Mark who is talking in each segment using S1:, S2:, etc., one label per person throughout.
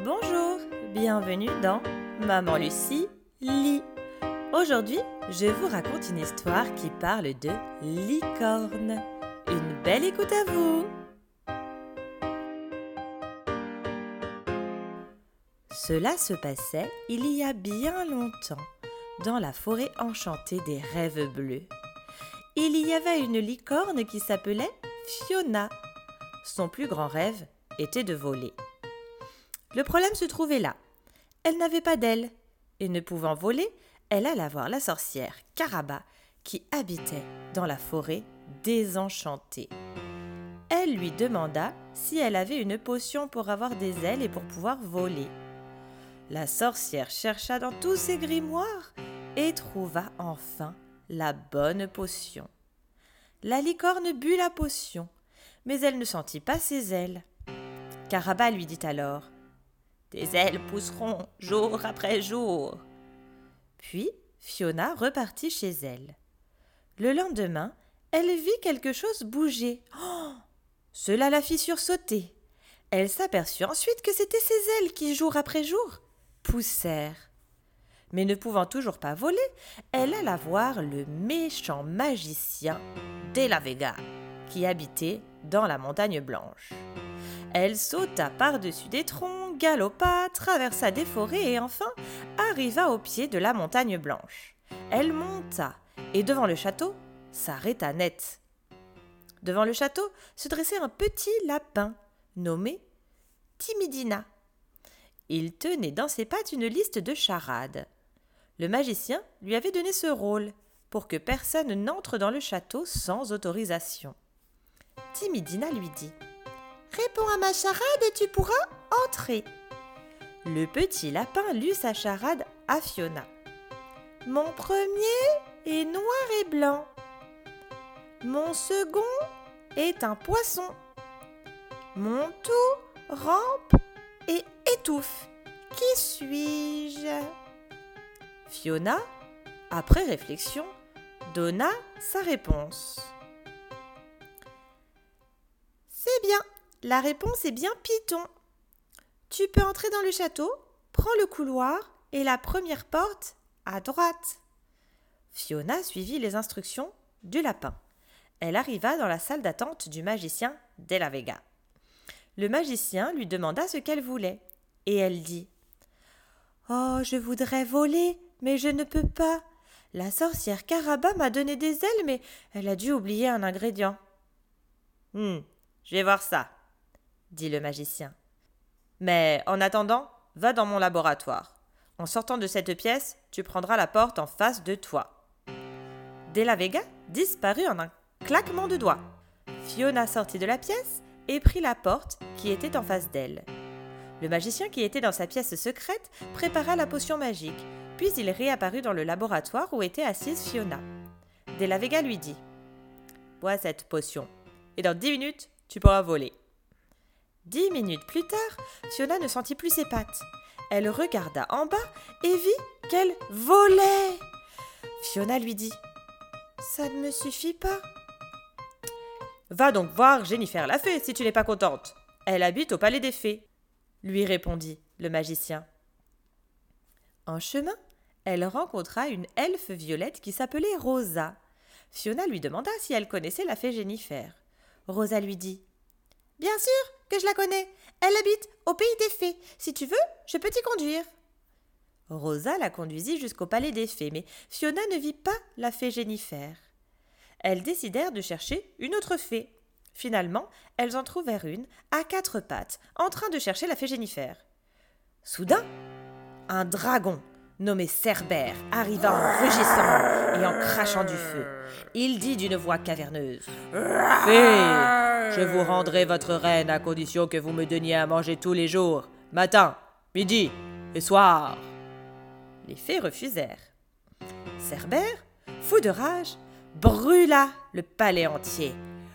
S1: Bonjour, bienvenue dans Maman Lucie lit. Aujourd'hui, je vous raconte une histoire qui parle de licorne. Une belle écoute à vous. Cela se passait il y a bien longtemps, dans la forêt enchantée des rêves bleus. Il y avait une licorne qui s'appelait Fiona. Son plus grand rêve était de voler. Le problème se trouvait là. Elle n'avait pas d'aile, et ne pouvant voler, elle alla voir la sorcière Caraba, qui habitait dans la forêt désenchantée. Elle lui demanda si elle avait une potion pour avoir des ailes et pour pouvoir voler. La sorcière chercha dans tous ses grimoires et trouva enfin la bonne potion. La licorne but la potion, mais elle ne sentit pas ses ailes. Caraba lui dit alors: « Tes ailes pousseront jour après jour. » Puis Fiona repartit chez elle. Le lendemain, elle vit quelque chose bouger. Oh, cela la fit sursauter. Elle s'aperçut ensuite que c'étaient ses ailes qui, jour après jour, poussèrent. Mais ne pouvant toujours pas voler, elle alla voir le méchant magicien de la Vega, qui habitait dans la montagne blanche. Elle sauta par-dessus des troncs, galopa, traversa des forêts et enfin arriva au pied de la montagne blanche. Elle monta et devant le château s'arrêta net. Devant le château se dressait un petit lapin nommé Timidina. Il tenait dans ses pattes une liste de charades. Le magicien lui avait donné ce rôle pour que personne n'entre dans le château sans autorisation. Timidina lui dit: « Réponds à ma charade et tu pourras entrer. » Le petit lapin lut sa charade à Fiona. « Mon premier est noir et blanc. Mon second est un poisson. Mon tout rampe et étouffe. Qui suis-je » Fiona, après réflexion, donna sa réponse. « C'est bien, la réponse est bien Python. Tu peux entrer dans le château, prends le couloir et la première porte à droite. » Fiona suivit les instructions du lapin. Elle arriva dans la salle d'attente du magicien de la Vega. Le magicien lui demanda ce qu'elle voulait et elle dit: « Oh, je voudrais voler, mais je ne peux pas. La sorcière Caraba m'a donné des ailes, mais elle a dû oublier un ingrédient. »« Je vais voir ça, » dit le magicien. « Mais en attendant, va dans mon laboratoire. En sortant de cette pièce, tu prendras la porte en face de toi. » De la Vega disparut en un claquement de doigts. Fiona sortit de la pièce et prit la porte qui était en face d'elle. Le magicien qui était dans sa pièce secrète prépara la potion magique, puis il réapparut dans le laboratoire où était assise Fiona. De la Vega lui dit: « Bois cette potion, et dans 10 minutes, tu pourras voler. » 10 minutes plus tard, Fiona ne sentit plus ses pattes. Elle regarda en bas et vit qu'elle volait. Fiona lui dit: « Ça ne me suffit pas. »« Va donc voir Jennifer la fée si tu n'es pas contente. Elle habite au palais des fées, » lui répondit le magicien. En chemin, elle rencontra une elfe violette qui s'appelait Rosa. Fiona lui demanda si elle connaissait la fée Jennifer. Rosa lui dit: « Bien sûr que je la connais. Elle habite au pays des fées. Si tu veux, je peux t'y conduire. » Rosa la conduisit jusqu'au palais des fées, mais Fiona ne vit pas la fée Jennifer. Elles décidèrent de chercher une autre fée. Finalement, elles en trouvèrent une à 4 pattes, en train de chercher la fée Jennifer. Soudain, un dragon nommé Cerbère arriva en rugissant et en crachant du feu. Il dit d'une voix caverneuse: « Fée, je vous rendrai votre reine à condition que vous me donniez à manger tous les jours, matin, midi et soir. » Les fées refusèrent. Cerbère, fou de rage, brûla le palais entier.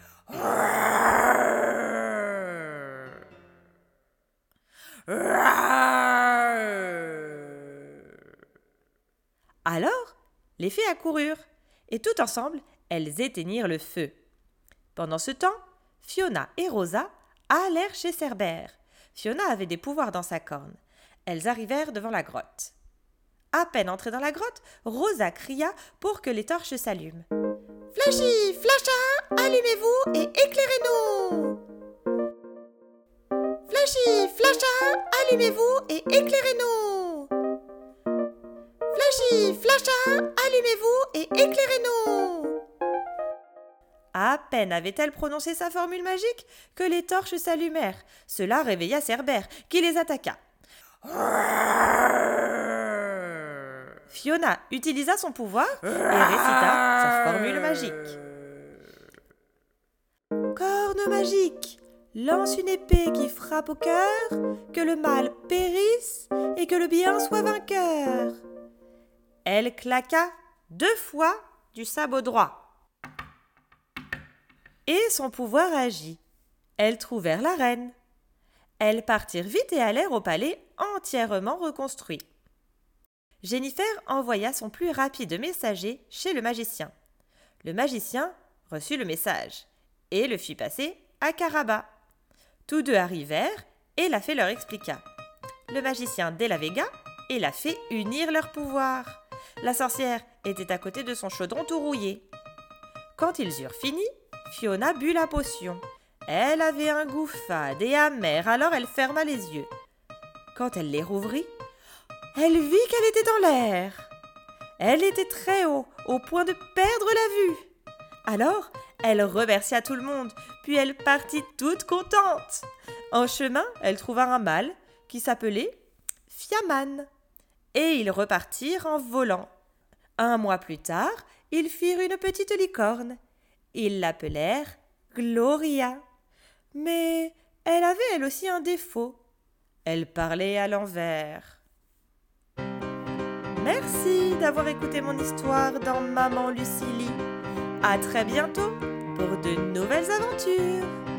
S1: Alors, les fées accoururent, et tout ensemble, elles éteignirent le feu. Pendant ce temps, Fiona et Rosa allèrent chez Cerbère. Fiona avait des pouvoirs dans sa corne. Elles arrivèrent devant la grotte. À peine entrée dans la grotte, Rosa cria pour que les torches s'allument. « Flashy, Flasha, allumez-vous et éclairez-nous !» Flashy, Flasha, allumez-vous et éclairez-nous !» Flashy, Flasha, allumez-vous et éclairez-nous !» À peine avait-elle prononcé sa formule magique que les torches s'allumèrent. Cela réveilla Cerbère, qui les attaqua. Fiona utilisa son pouvoir et récita sa formule magique. Corne magique, lance une épée qui frappe au cœur, que le mal périsse et que le bien soit vainqueur. Elle claqua 2 fois du sabot droit. Et son pouvoir agit. Elles trouvèrent la reine. Elles partirent vite et allèrent au palais entièrement reconstruit. Jennifer envoya son plus rapide messager chez le magicien. Le magicien reçut le message et le fit passer à Caraba. Tous deux arrivèrent et la fée leur expliqua. Le magicien de la Vega et la fée unirent leurs pouvoirs. La sorcière était à côté de son chaudron tout rouillé. Quand ils eurent fini, Fiona but la potion. Elle avait un goût fade et amer, alors elle ferma les yeux. Quand elle les rouvrit, elle vit qu'elle était dans l'air. Elle était très haut, au point de perdre la vue. Alors, elle remercia tout le monde, puis elle partit toute contente. En chemin, elle trouva un mâle qui s'appelait Fiaman. Et ils repartirent en volant. 1 mois plus tard, ils firent une petite licorne. Ils l'appelèrent Gloria. Mais elle avait elle aussi un défaut. Elle parlait à l'envers. Merci d'avoir écouté mon histoire dans Maman Lucilie. À très bientôt pour de nouvelles aventures.